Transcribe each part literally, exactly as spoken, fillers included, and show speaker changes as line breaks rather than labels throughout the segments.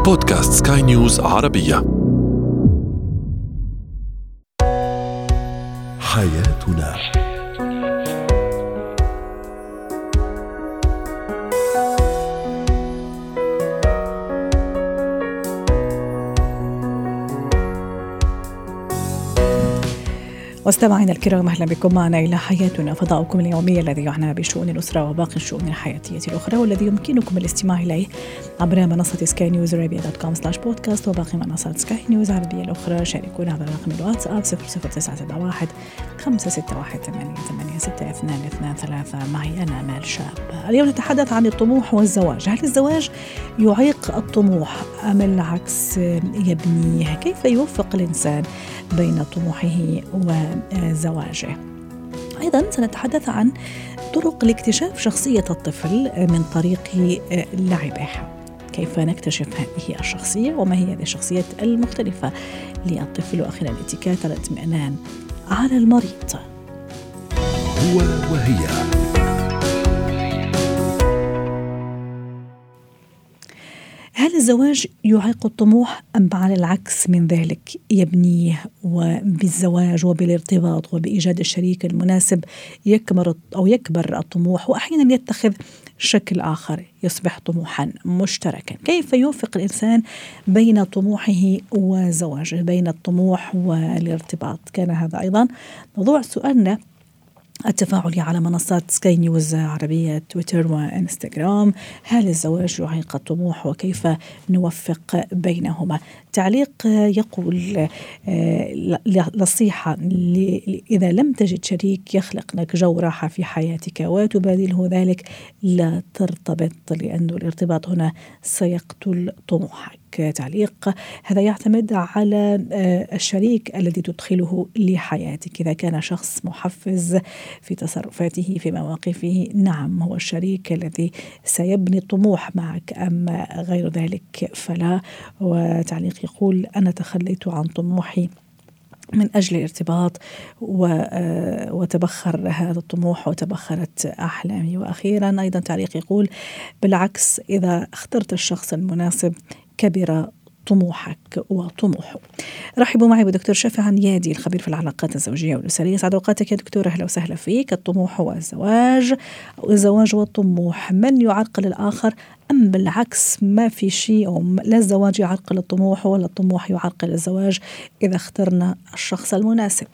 بودكاست سكاي نيوز عربية. حياتنا.
مستمعينا الكرام، أهلا بكم معنا إلى حياتنا، فضاؤكم اليومي الذي يعنى بشؤون الأسرة وباقي الشؤون الحياتية الأخرى، والذي يمكنكم الاستماع إليه عبر منصة سكاي نيوز عربية دوت كوم سلاش بودكاست وباقي منصات سكاي نيوز عربية الأخرى. شاركونا عبر رقم الواتساب صفر صفر تسعة سبعة واحد خمسة ستة واحد ثمانية ثمانية ستة اثنان اثنان ثلاثة. معي أنا آمال شاب. اليوم نتحدث عن الطموح والزواج. هل الزواج يعيق الطموح أم العكس يبنيه؟ كيف يوفق الإنسان بين طموحه وزواجه؟ أيضا سنتحدث عن طرق لاكتشاف شخصية الطفل من طريق لعبه. كيف نكتشف هذه الشخصية وما هي هذه الشخصيات المختلفة للطفل؟ وأخيرا الاتكات على الاطمئنان على المريض.
هو وهي.
هل الزواج يعيق الطموح أم على العكس من ذلك يبنيه؟ وبالزواج وبالارتباط وبإيجاد الشريك المناسب يكبر أو يكبر الطموح، وأحيانا يتخذ شكل آخر يصبح طموحا مشتركا. كيف يوفق الإنسان بين طموحه وزواجه، بين الطموح والارتباط؟ كان هذا أيضا موضوع سؤالنا التفاعلي على منصات سكاي نيوز عربية تويتر وإنستغرام. هل الزواج يعيق الطموح وكيف نوفق بينهما؟ تعليق يقول نصيحة: إذا لم تجد شريك يخلق لك جو راحة في حياتك وتبادله ذلك، لا ترتبط، لأن الارتباط هنا سيقتل طموحك. تعليق: هذا يعتمد على الشريك الذي تدخله لحياتك. إذا كان شخص محفز في تصرفاته في مواقفه، نعم هو الشريك الذي سيبني الطموح معك، أما غير ذلك فلا. وتعليق يقول: أنا تخليت عن طموحي من أجل الارتباط وتبخر هذا الطموح وتبخرت أحلامي. وأخيرا أيضا تعليق يقول: بالعكس، إذا اخترت الشخص المناسب كبر طموحك وطموحه. رحبوا معي بدكتور شافع عنيادي، الخبير في العلاقات الزوجية والأسرية. سعد أوقاتك يا دكتور، أهلا وسهلا فيك. الطموح والزواج، أو الزواج والطموح، من يعرقل الآخر أم بالعكس ما في شيء، أو لا الزواج يعرقل الطموح ولا الطموح يعرقل الزواج إذا اخترنا الشخص المناسب؟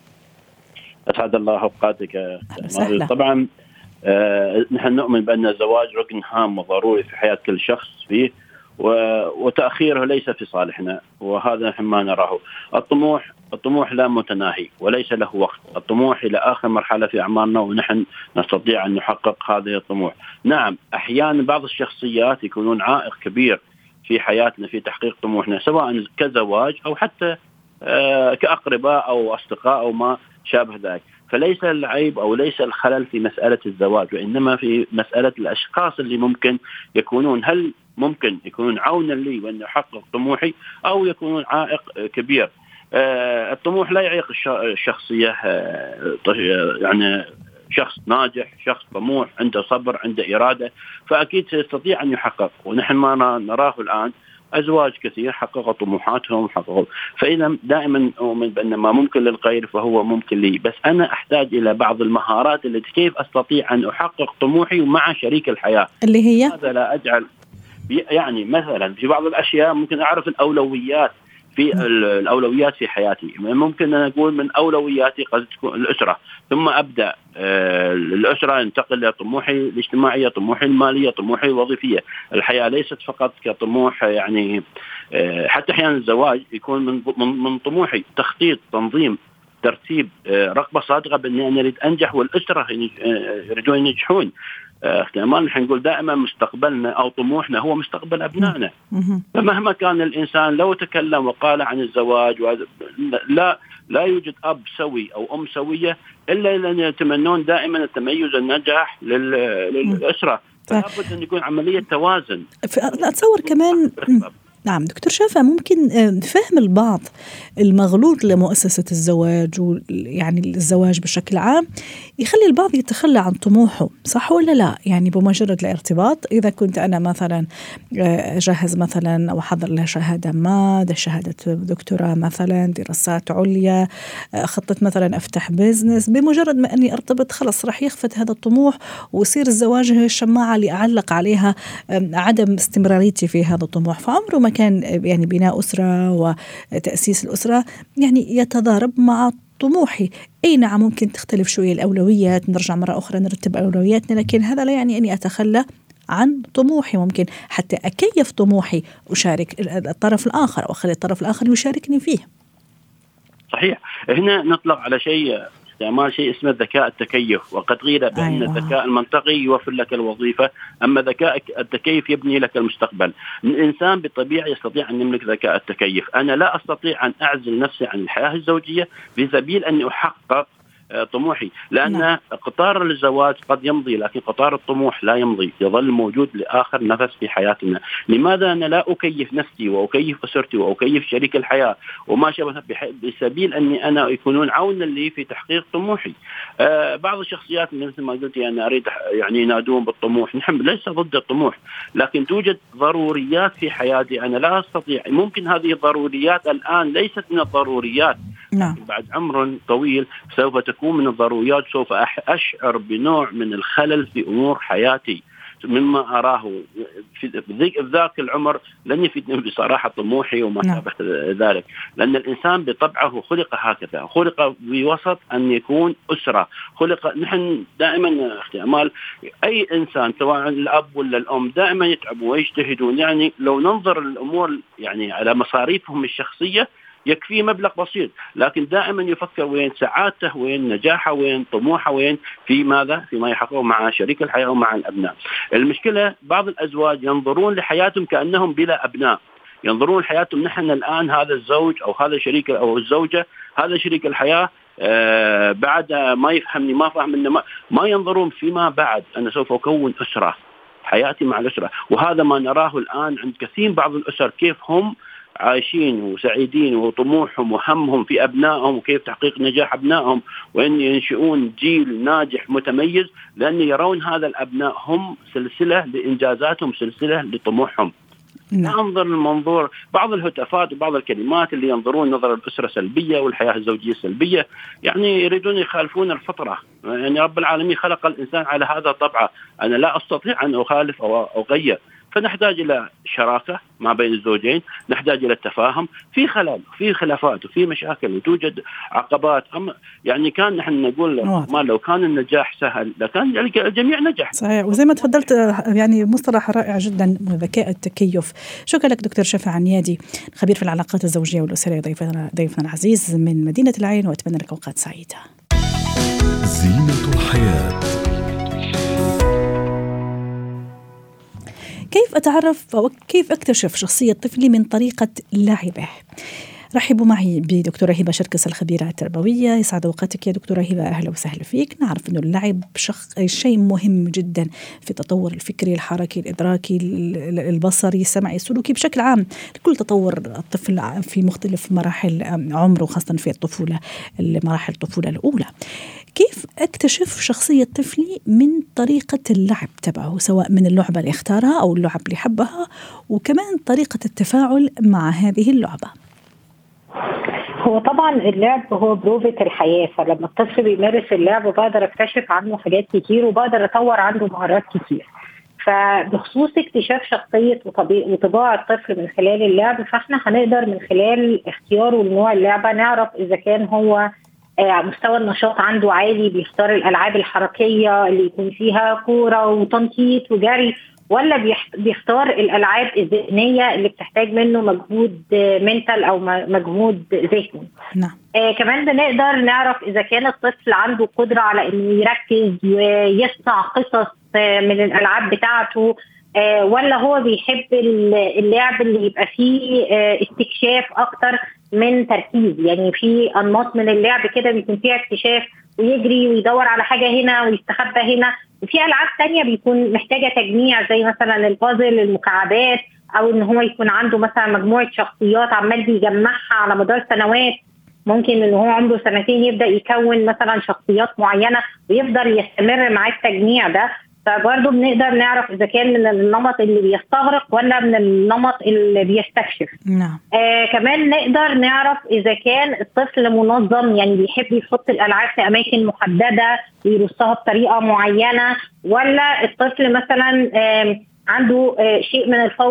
أسعد الله أوقاتك. طبعا آه نحن نؤمن بأن الزواج ركن هام وضروري في حياة كل شخص فيه، وتأخيره ليس في صالحنا، وهذا نحن ما نراه. الطموح الطموح لا متناهي وليس له وقت. الطموح إلى آخر مرحلة في أعمارنا ونحن نستطيع أن نحقق هذه الطموح. نعم، أحيانا بعض الشخصيات يكونون عائق كبير في حياتنا في تحقيق طموحنا، سواء كزواج أو حتى آه كأقرباء أو أصدقاء أو ما شابه ذلك. فليس العيب أو ليس الخلل في مسألة الزواج، وإنما في مسألة الأشخاص اللي ممكن يكونون هل ممكن يكونون عونا لي وأن أحقق طموحي، أو يكونون عائق كبير. آه الطموح لا يعيق الشخصية، آه يعني شخص ناجح، شخص طموح، عنده صبر، عنده إرادة، فأكيد سيستطيع أن يحقق. ونحن ما نراه الآن أزواج كثير حققوا طموحاتهم حققوا. فإذا دائما أؤمن بأن ما ممكن للغير فهو ممكن لي، بس أنا أحتاج إلى بعض المهارات التي كيف أستطيع أن أحقق طموحي مع شريك الحياة،
اللي هي
هذا لا أجعل يعني مثلا في بعض الأشياء ممكن أعرف الأولويات في الأولويات في حياتي. ممكن أن أقول من أولوياتي قد تكون الأسرة، ثم أبدأ الأسرة انتقل لطموحي الاجتماعية، طموحي المالية، طموحي الوظيفية. الحياة ليست فقط كطموح، يعني حتى أحيانا الزواج يكون من من طموحي تخطيط، تنظيم، ترتيب، رغبة صادقة بأني أنا أريد أنجح والأسرة يريدون ينجحون. احتمال نحن نقول دائما مستقبلنا أو طموحنا هو مستقبل أبنائنا. فمهما كان الإنسان لو تكلم وقال عن الزواج، لا لا يوجد أب سوي أو أم سوية إلا أن يتمنون دائما التميز النجاح للأسرة. فلابد أن يكون عملية توازن.
أتصور كمان نعم دكتور شافع، ممكن فهم البعض المغلوط لمؤسسة الزواج ويعني الزواج بشكل عام يخلي البعض يتخلى عن طموحه، صح ولا لا؟ يعني بمجرد الارتباط إذا كنت أنا مثلا أجهز مثلا أو أحضر لها شهادة ما، ده شهادة دكتوراه مثلا، دراسات عليا، خطط مثلا أفتح بيزنس، بمجرد ما أني أرتبط خلص راح يخفت هذا الطموح ويصير الزواج هي الشماعة اللي أعلق عليها عدم استمراريتي في هذا الطموح. فعمره ما كان يعني بناء أسرة وتأسيس الأسرة يعني يتضارب مع طموحي. أي نعم ممكن تختلف شوية الأولويات، نرجع مرة أخرى نرتب أولوياتنا، لكن هذا لا يعني أني أتخلى عن طموحي. ممكن حتى أكيف طموحي أشارك الطرف الآخر أو أخلي الطرف الآخر يشاركني فيه.
صحيح. هنا نطلق على شيء استعمال شيء اسمه الذكاء التكيف، وقد قيل بأن أيوة. الذكاء المنطقي يوفر لك الوظيفة، أما ذكاء التكيف يبني لك المستقبل. الإنسان بالطبيعة يستطيع أن يملك ذكاء التكيف. أنا لا أستطيع أن أعزل نفسي عن الحياة الزوجية في سبيل أن أحقق طموحي، لأن نعم. قطار الزواج قد يمضي لكن قطار الطموح لا يمضي، يظل موجود لآخر نفس في حياتنا. لماذا أنا لا أكيف نفسي وأكيف أسرتي وأكيف شريك الحياة وما شابه بسبيل أني أنا يكونون عونا لي في تحقيق طموحي؟ آه بعض الشخصيات مثل ما قلت أنا أريد يعني ينادون بالطموح، نحن ليس ضد الطموح، لكن توجد ضروريات في حياتي أنا لا أستطيع. ممكن هذه الضروريات الآن ليست من الضروريات، نعم. بعد عمر طويل سوف تكون من الضروريات، سوف أشعر بنوع من الخلل في أمور حياتي مما أراه في ذاك العمر. لن يفيدني بصراحة طموحي وما شابه ذلك، لأن الإنسان بطبعه خلق هكذا، خلق بوسط أن يكون أسرة، خلق. نحن دائما اختيار أي إنسان سواء الأب ولا الأم دائما يتعبوا ويجتهدون، يعني لو ننظر الأمور يعني على مصاريفهم الشخصية يكفي مبلغ بسيط، لكن دائما يفكر وين سعادته، وين نجاحه، وين طموحه، وين في ماذا فيما يحققه مع شريك الحياة ومع الأبناء. المشكلة بعض الأزواج ينظرون لحياتهم كأنهم بلا أبناء، ينظرون لحياتهم نحن الآن هذا الزوج أو هذا شريك أو الزوجة هذا شريك الحياة آه بعد ما يفهمني ما فهمني ما, ما ينظرون فيما بعد أنا سوف أكون أسرة، حياتي مع الأسرة. وهذا ما نراه الآن عند كثير بعض الأسر، كيف هم عايشين وسعيدين وطموحهم وهمهم في أبنائهم وكيف تحقيق نجاح أبنائهم وأن ينشئون جيل ناجح متميز، لأن يرون هذا الأبناء هم سلسلة لإنجازاتهم، سلسلة لطموحهم. نعم. انظر المنظور بعض الهتافات وبعض الكلمات اللي ينظرون نظر الأسرة سلبية والحياة الزوجية سلبية، يعني يريدون يخالفون الفطرة. يعني رب العالمين خلق الإنسان على هذا طبعه، أنا لا أستطيع أن أخالف أو أغير. فنحتاج إلى شراكة ما بين الزوجين، نحتاج إلى التفاهم. في خلل، في خلافات وفي مشاكل وتوجد عقبات، أما يعني كان نحن نقول ما لو كان النجاح سهل لكان الجميع نجح.
صحيح، وزي ما تفضلت يعني مصطلح رائع جدا ذكاء التكيف. شكرا لك دكتور شافع عنيادي، خبير في العلاقات الزوجية والأسرية، ضيفنا ضيفنا العزيز من مدينة العين، وأتمنى لك أوقات سعيدة.
زينة الحياة.
كيف أتعرف أو كيف أكتشف شخصية طفلي من طريقة لعبه؟ رحبوا معي بدكتورة هبة شركس الخبيرة التربوية. يسعد أوقاتك يا دكتورة هبة، أهلا وسهلا فيك. نعرف أنه اللعب شخ... شيء مهم جدا في التطور الفكري الحركي الإدراكي البصري السمعي السلوكي بشكل عام لكل تطور الطفل في مختلف مراحل عمره، خاصة في الطفولة مراحل الطفولة الأولى. كيف أكتشف شخصية طفلي من طريقة اللعب تبعه، سواء من اللعبة اللي اختارها أو اللعب اللي حبها، وكمان طريقة التفاعل مع هذه اللعبة؟
هو طبعا اللعب هو بروفة الحياة، فلما الطفل بيمارس اللعب بقدر اكتشف عنه حاجات كتير وبقدر اطور عنده مهارات كتير. فبخصوص اكتشاف شخصية وطباع الطفل من خلال اللعب، فاحنا هنقدر من خلال اختياره لنوع اللعبة نعرف اذا كان هو مستوى النشاط عنده عالي، بيختار الالعاب الحركية اللي يكون فيها كورة وتنطيط وجري، ولا بيختار الألعاب الذهنية اللي بتحتاج منه مجهود منتال أو مجهود ذهني.
نعم.
آه كمان بنقدر نعرف إذا كان الطفل عنده قدرة على إنه يركز ويصنع قصص آه من الألعاب بتاعته، آه ولا هو بيحب اللعب اللي يبقى فيه آه استكشاف أكتر من تركيز. يعني في أنماط من اللعب كده بيكون فيها اكتشاف ويجري ويدور على حاجة هنا ويستخبى هنا، وفي ألعاب تانية بيكون محتاجة تجميع زي مثلا البازل، المكعبات، او ان هو يكون عنده مثلا مجموعه شخصيات عمال بيجمعها على مدار سنوات. ممكن ان هو عمره سنتين يبدا يكون مثلا شخصيات معينه ويفضل يستمر مع التجميع ده. فبرضه بنقدر نعرف اذا كان من النمط اللي بيستغرق ولا من النمط اللي بيستكشف.
نعم.
آه كمان نقدر نعرف اذا كان الطفل منظم، يعني بيحب يحط الالعاب في اماكن محدده ويرصها بطريقه معينه، ولا الطفل مثلا آه عنده آه شيء من الفوضى.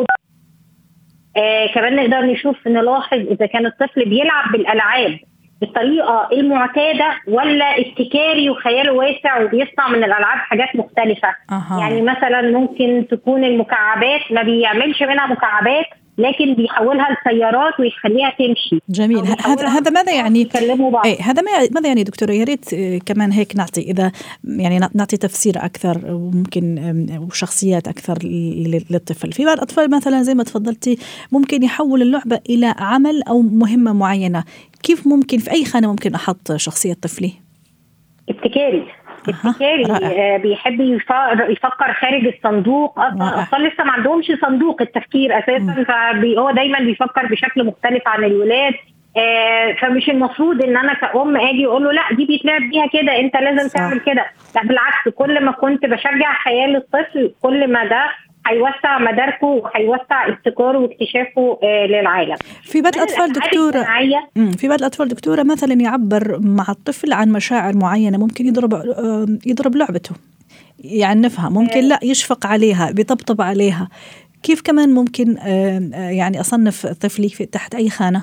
آه كمان نقدر نشوف نلاحظ اذا كان الطفل بيلعب بالالعاب بالطريقه المعتاده ولا ابتكاري وخياله واسع وبيصنع من الالعاب حاجات مختلفه.
أه.
يعني مثلا ممكن تكون المكعبات ما بيعملش منها مكعبات لكن بيحولها لسيارات ويخليها تمشي.
جميل. هذا هذا ماذا يعني؟ اي هذا ماذا يعني دكتوره؟ يا ريت كمان هيك نعطي اذا يعني نعطي تفسير اكثر وممكن وشخصيات اكثر للطفل. في بعض الاطفال مثلا زي ما تفضلتي ممكن يحول اللعبه الى عمل او مهمه معينه. كيف ممكن في اي خانه ممكن احط شخصيه طفلي؟
ابتكاري. ابتكاري. آه بيحب يفكر خارج الصندوق. اصلا لسه ما عندهمش صندوق التفكير اساسا، فهو دايما بيفكر بشكل مختلف عن الولاد. آه فمش المفروض ان انا كأم اجي اقول له لا دي بيتلعب بيها كده انت لازم صح. تعمل كده. لا بالعكس، كل ما كنت بشجع خيال الطفل كل ما ده هيوسع مداركه وهيوسع ابتكاره واكتشافه آه للعالم.
في بعض الأطفال دكتورة في بعض الأطفال دكتورة مثلا يعبر مع الطفل عن مشاعر معينة، ممكن يضرب آه يضرب لعبته، يعني نفهم ممكن لا يشفق عليها بيطبطب عليها. كيف كمان ممكن آه يعني أصنف طفلي في تحت أي خانة؟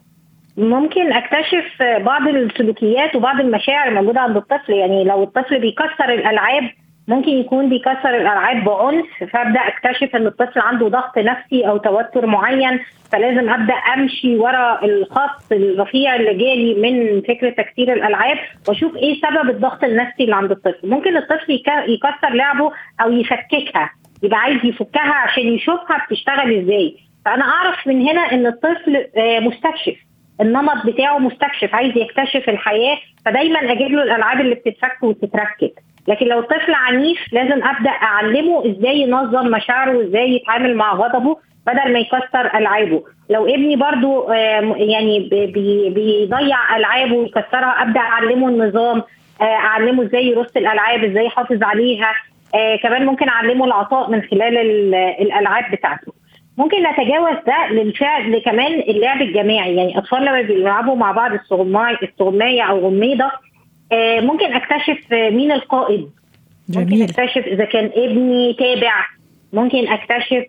ممكن اكتشف بعض السلوكيات وبعض المشاعر الموجودة عند الطفل. يعني لو الطفل بيكسر الألعاب ممكن يكون بيكسر الألعاب بعنف، فأبدأ أكتشف أن الطفل عنده ضغط نفسي أو توتر معين، فلازم أبدأ أمشي وراء الخط الرفيع اللي جالي من فكرة تكسير الألعاب وأشوف إيه سبب الضغط النفسي اللي عند الطفل. ممكن الطفل يكسر لعبه أو يفككها، يبقى عايز يفكها عشان يشوفها بتشتغل إزاي. فأنا أعرف من هنا أن الطفل مستكشف، النمط بتاعه مستكشف، عايز يكتشف الحياة، فدايما أجيب له الألعاب اللي بتتفك وتتركب. لكن لو الطفل عنيف لازم أبدأ أعلمه إزاي ينظم مشاعره وإزاي يتعامل مع غضبه بدل ما يكسر ألعابه. لو ابني برضو يعني بيضيع ألعابه ويكسرها أبدأ أعلمه النظام، أعلمه إزاي يرص الألعاب، إزاي يحافظ عليها. كمان ممكن أعلمه العطاء من خلال الألعاب بتاعته. ممكن نتجاوز ده للفعل كمان اللعب الجماعي. يعني أطفال لما بيلعبوا مع بعض السغماية أو غميضة ممكن أكتشف مين القائد.
جميل.
ممكن أكتشف إذا كان ابني تابع. ممكن أكتشف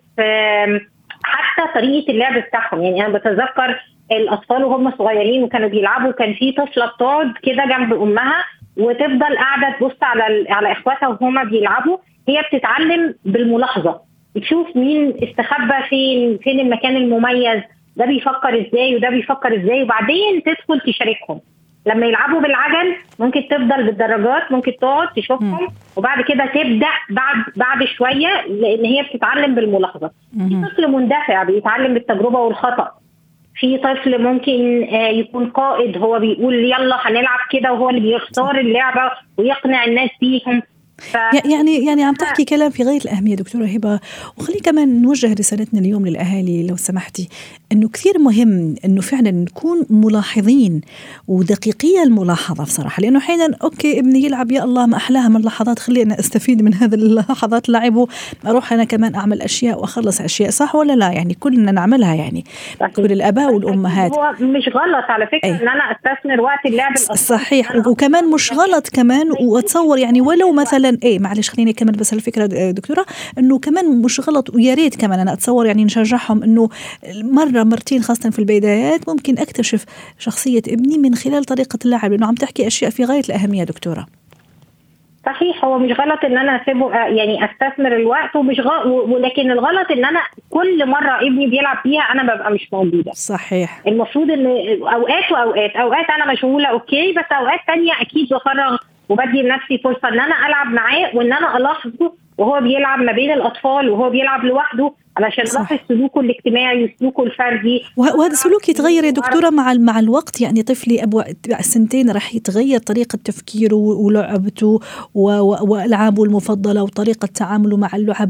حتى طريقة اللعب بتاعهم. يعني أنا بتذكر الأطفال وهم صغيرين وكانوا بيلعبوا، كان في طفلة بتقعد كده جنب أمها وتفضل قاعدة تبص على على إخواتها وهم بيلعبوا. هي بتتعلم بالملاحظة، بتشوف مين استخبى فين، فين المكان المميز، ده بيفكر إزاي وده بيفكر إزاي، وبعدين تدخل تشاركهم. لما يلعبوا بالعجل ممكن تفضل بالدراجات، ممكن تقعد تشوفهم وبعد كده تبدأ بعد بعد شوية، لأن هي بتتعلم بالملاحظة. في طفل مندفع بيتعلم بالتجربة والخطأ. في طفل ممكن يكون قائد، هو بيقول يلا هنلعب كده وهو اللي بيختار اللعبة ويقنع الناس بيهم.
ف... يعني يعني عم تحكي كلام في غاية الأهمية دكتورة هبة. وخلي كمان نوجه رسالتنا اليوم للأهالي لو سمحتي، أنه كثير مهم أنه فعلا نكون ملاحظين ودقيقية الملاحظة بصراحة. لأنه حينا أوكي ابني يلعب، يا الله ما أحلاها من اللحظات، خلينا أستفيد من هذه اللحظات لعبه، أروح أنا كمان أعمل أشياء وأخلص أشياء، صح ولا لا؟ يعني كلنا نعملها، يعني كل الآباء والأمهات.
هو مش غلط على فكرة أي. أن أنا أستثمر وقت اللعب
صحيح، وكمان مش غلط كمان. وأتصور يعني ولو مثلا ايه معلش خليني كمان بس الفكره دكتوره، انه كمان مش غلط ويا ريت كمان انا اتصور يعني نشجعهم انه مره مرتين خاصه في البدايات ممكن اكتشف شخصيه ابني من خلال طريقه اللعب، لانه عم تحكي اشياء في غايه الاهميه دكتوره.
صحيح، هو مش غلط ان انا اسيبه يعني استثمر الوقت، ومش غلط، ولكن الغلط ان انا كل مره ابني بيلعب فيها انا ببقى مش موجوده.
صحيح.
المفروض ان اوقات واوقات اوقات انا مشغوله اوكي، بس اوقات تانية اكيد بفرغ وبدي لنفسي فرصه ان انا العب معاه وان انا الاحظه وهو بيلعب ما بين الاطفال وهو بيلعب لوحده، علشان الاحظ سلوكه الاجتماعي وسلوكه الفردي.
وهذا سلوك يتغير يا دكتوره مع مع الوقت. يعني طفلي ابو سنتين راح يتغير طريقه تفكيره ولعبته والعابه المفضله وطريقه تعامله مع اللعب.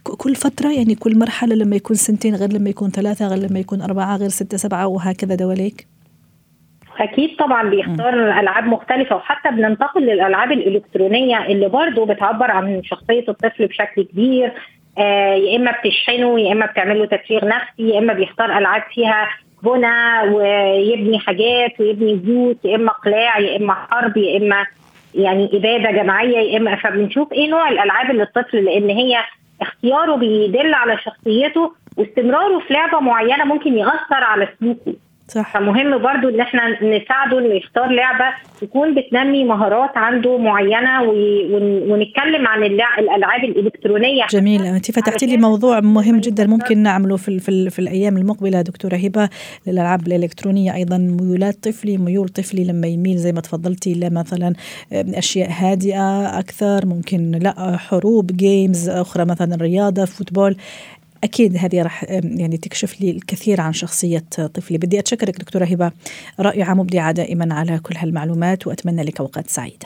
كل فترة يعني كل مرحلة لما يكون سنتين غير لما يكون ثلاثة غير لما يكون أربعة غير ستة سبعة وهكذا دواليك؟
أكيد طبعا بيختار ألعاب مختلفة، وحتى بننتقل للألعاب الإلكترونية اللي برضو بتعبر عن شخصية الطفل بشكل كبير. آه يا إما بتشحنه، يا إما بتعمله تفريغ نفسي، يا إما بيختار ألعاب فيها بنى ويبني حاجات ويبني بيوت، يا إما قلاع، يا إما حرب، يا إما يعني إبادة جماعية، يا إما. فبنشوف إيه نوع الألعاب اللي الطفل، لأن هي اختياره بيدل على شخصيته، واستمراره في لعبة معينة ممكن يغثر على سلوكه.
صح.
فمهم برضو ان احنا نساعده انه يختار لعبة تكون بتنمي مهارات عنده معينة، ونتكلم عن الالعاب الالكترونية.
جميل، انت فتحتي لي موضوع مهم جدا ممكن نعمله في في, في الايام المقبلة دكتورة هبة، للالعاب الالكترونية ايضا ميولات طفلي، ميول طفلي لما يميل زي ما تفضلتي لمثلا اشياء هادئة اكثر، ممكن لا حروب، جيمز اخرى مثلا رياضة، فوتبول. أكيد هذه راح يعني تكشف لي الكثير عن شخصية طفلي. بدي أتشكرك دكتورة هبة، رائعة مبدعة دائما على كل هالمعلومات، وأتمنى لك أوقات سعيدة.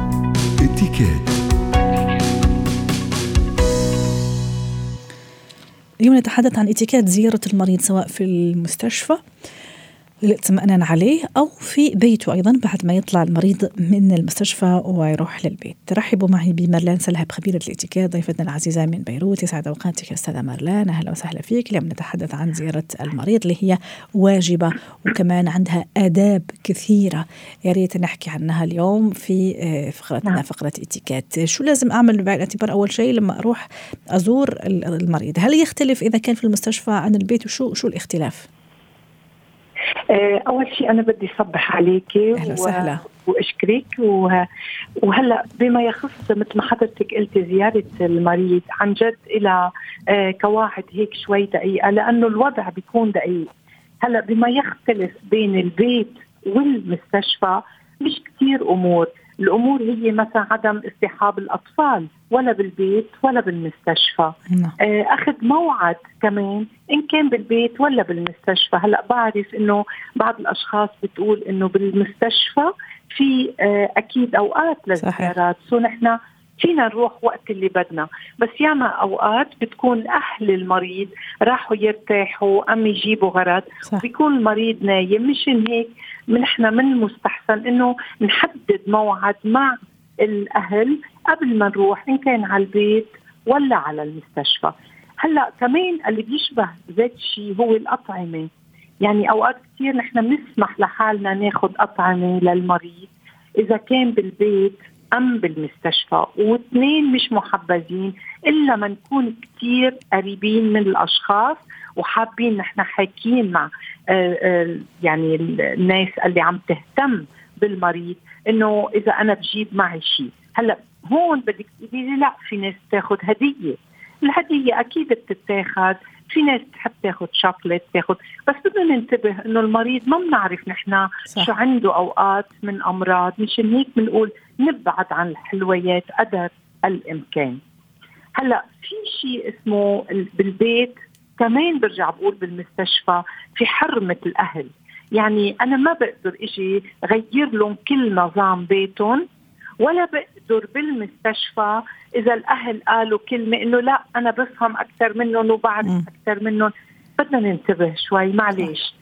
اليوم نتحدث عن اتيكيت زيارة المريض سواء في المستشفى للاطمئنان عليه أو في بيته أيضا بعد ما يطلع المريض من المستشفى ويروح للبيت. ترحبوا معي بمرلان سلهب خبيرة الاتيكيت ضيفتنا العزيزة من بيروت. يسعد أوقاتك يا أستاذة مرلان، أهلا وسهلا فيك. اليوم نتحدث عن زيارة المريض اللي هي واجبة وكمان عندها آداب كثيرة، يا ريت نحكي عنها اليوم في فقرتنا فقرة اتيكيت. شو لازم أعمل بعين الاعتبار أول شيء لما أروح أزور المريض؟ هل يختلف إذا كان في المستشفى عن البيت، وشو شو الاختلاف؟
أول شيء أنا بدي صبح عليكي و... وأشكرك و... وهلأ بما يخص مثل ما حضرتك قلتي زيارة المريض عن جد إلى قواعد هيك شوي دقيقة، لأنه الوضع بيكون دقيق. هلأ بما يختلف بين البيت والمستشفى مش كتير أمور. الأمور هي مثلا عدم اصطحاب الأطفال ولا بالبيت ولا بالمستشفى. أخذ موعد كمان إن كان بالبيت ولا بالمستشفى. هلأ بعرف إنه بعض الأشخاص بتقول إنه بالمستشفى في أكيد أوقات للزيارات، سو نحن فينا نروح وقت اللي بدنا، بس ياما أوقات بتكون أهل المريض راحوا يرتاحوا أم يجيبوا غرض، بيكون المريض نايم. مشان هيك نحن من المستحسن إنه نحدد موعد مع الأهل قبل ما نروح إن كان على البيت ولا على المستشفى. هلأ كمان اللي بيشبه ذات الشيء هو الأطعمة. يعني أوقات كتير نحن بنسمح لحالنا ناخد أطعمة للمريض إذا كان بالبيت أم بالمستشفى، واثنين مش محبذين إلا ما نكون كتير قريبين من الأشخاص وحابين نحن حاكين مع آآ آآ يعني الناس اللي عم تهتم بالمريض إنه إذا أنا بجيب معي شيء. هلأ هون بدك تقولي لا، في ناس تاخد هدية، الهدية أكيد بتتاخد، في ناس تحب تاخد شوكولات تاخد، بس بدنا ننتبه إنه المريض ما بنعرف نحن شو عنده أوقات من أمراض، مشان هيك بنقول نبعد عن الحلويات قدر الإمكان. هلأ في شيء اسمه بالبيت كمان، برجع بقول بالمستشفى في حرمة الأهل. يعني أنا ما بقدر إجي غير لهم كل نظام بيتهم، ولا بقدر بالمستشفى إذا الأهل قالوا كلمة إنه لا أنا بفهم أكثر منهم وبعرف أكثر منهم. بدنا ننتبه شوي معليش.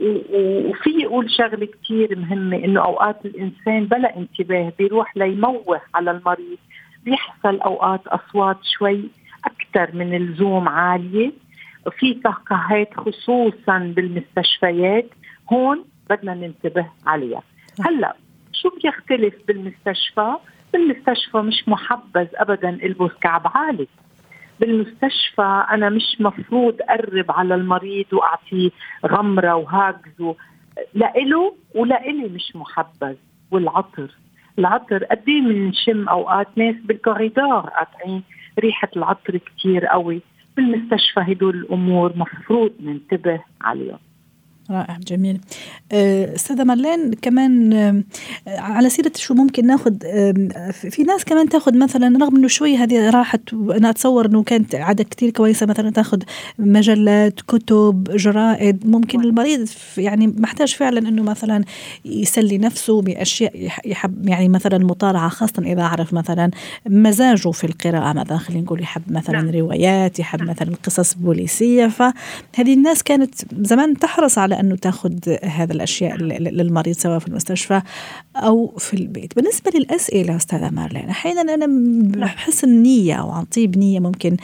وفي يقول شغلة كتير مهمة إنه أوقات الإنسان بلا انتباه بيروح ليموه على المريض، بيحصل أوقات أصوات شوي أكثر من اللزوم عالية، في كهكهات خصوصا بالمستشفيات، هون بدنا ننتبه عليها. هلأ شو بيختلف بالمستشفى؟ بالمستشفى مش محبذ أبدا البس كعب عالي. بالمستشفى أنا مش مفروض أقرب على المريض وأعطيه غمرة وهاجز، لإله ولإلي مش محبذ. والعطر، العطر قديه من نشم أوقات ناس بالكوريدور قاطعين ريحة العطر كتير قوي. بالمستشفى هدول الأمور مفروض ننتبه عليهم.
رائع جميل. أستاذة مارلين كمان على سيرة شو ممكن ناخد، في ناس كمان تاخد مثلا رغم انه شوي هذه راحت، انا اتصور انه كانت عادة كتير كويسة مثلا تاخد مجلات كتب جرائد، ممكن المريض يعني محتاج فعلا انه مثلا يسلي نفسه باشياء يحب، يعني مثلا مطالعة، خاصة اذا عرف مثلا مزاجه في القراءة، مثلا خلينا نقول يحب مثلا نعم. روايات، يحب نعم. مثلا قصص بوليسية، فهذه الناس كانت زمان تحرص على أنه تأخذ هذا الأشياء للمريض سواء في المستشفى أو في البيت. بالنسبة للأسئلة أستاذة مارلين، أحيانا أنا بحس النية أو عن طيب نية ممكن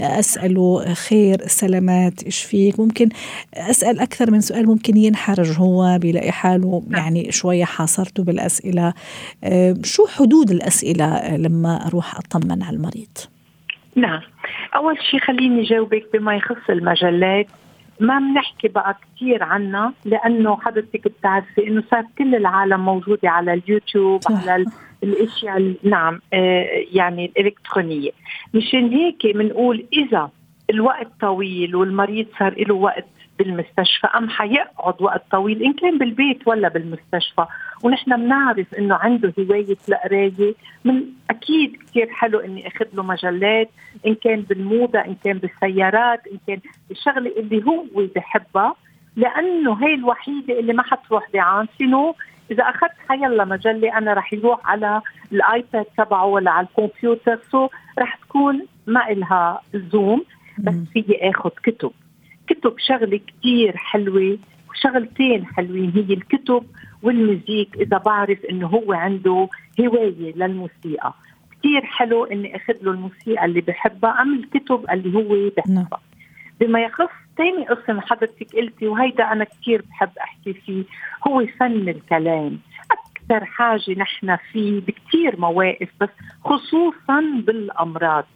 أسأله خير سلامات إيش فيك، ممكن أسأل أكثر من سؤال، ممكن ينحرج هو بيلاقي حاله يعني شوية حاصرته بالأسئلة. شو حدود الأسئلة لما أروح أطمن على المريض؟
نعم، أول شيء خليني جاوبك بما يخص المجلات. ما بنحكي بقى كتير عنها لأنه حضرتك بتعرفي إنه صار كل العالم موجودة على اليوتيوب، على الأشياء نعم آه يعني الإلكترونية. مشان هيك بنقول إذا الوقت طويل والمريض صار له وقت بالمستشفى أم حيقعد وقت طويل إن كان بالبيت ولا بالمستشفى، ونحن بنعرف إنه عنده هواية القراية، من أكيد كتير حلو إني أخذ له مجلات، إن كان بالموضة، إن كان بالسيارات، إن كان الشغلة اللي هو بحبها، لأنه هي الوحيدة اللي ما حتروح بعان. سينو إذا أخذت حيلا مجلة أنا رح يروح على الآيباد تبعه ولا على الكمبيوتر، سو رح تكون ما إلها زوم. بس فيي أخذ كتب. كتب شغلة كتير حلوة، وشغلتين حلوين هي الكتب والمزيك. إذا بعرف إنه هو عنده هواية للموسيقى، كتير حلو إني أخذ له الموسيقى اللي بحبها أم الكتب اللي هو بحبها. بما يخص تاني قسم حضرتك قلتي، وهيدا أنا كتير بحب أحكي فيه، هو فن الكلام. أكثر حاجة نحن فيه بكتير مواقف، بس خصوصا بالأمراض،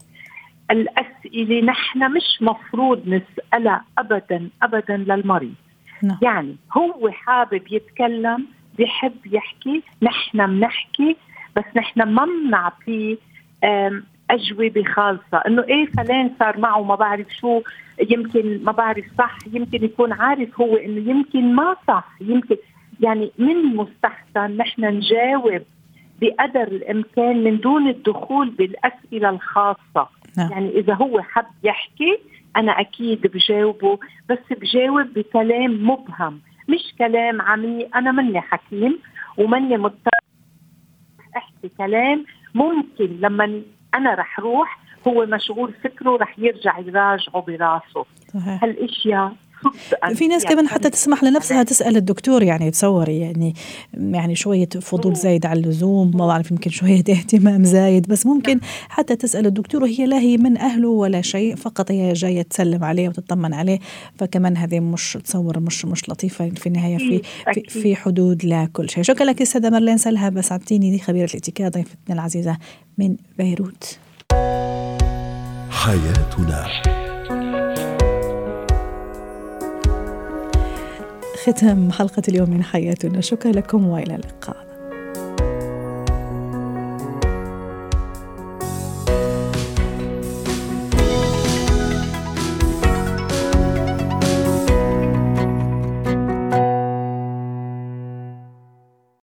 الأسئلة نحن مش مفروض نسألها أبدا أبدا للمريض. نعم. يعني هو حابب يتكلم، بيحب يحكي، نحن بنحكي، بس نحن ما بنعطيه أجوبة خالصة إنه إيه فلان صار معه ما بعرف شو، يمكن ما بعرف صح، يمكن يكون عارف هو إنه يمكن ما صح، يمكن يعني من المستحسن نحن نجاوب بقدر الإمكان من دون الدخول بالأسئلة الخاصة. نعم. يعني إذا هو حب يحكي أنا أكيد بجاوبه، بس بجاوب بكلام مبهم، مش كلام عميق. أنا مني حكيم ومني مضطر أحكي كلام ممكن لما أنا رح روح هو مشغول فكره رح يرجع يراجعه براسه. هالإشياء
في ناس كمان حتى تسمح لنفسها تسأل الدكتور، يعني تصوري يعني يعني شوية فضول زايد على اللزوم، ما بعرف يمكن شوية اهتمام زايد، بس ممكن حتى تسأل الدكتور وهي لا هي من أهله ولا شيء، فقط هي جاية تسلم عليه وتطمن عليه. فكمان هذه مش تصور مش مش لطيفة في النهاية، في في, في حدود لكل شيء. شكرا لك أستاذة مارلين سلهب، بس عطيني دي خبيرة الاتيكيت ضيفتنا العزيزة من بيروت.
حياتنا
ختم حلقة اليوم من حياتنا. شكرا لكم وإلى اللقاء.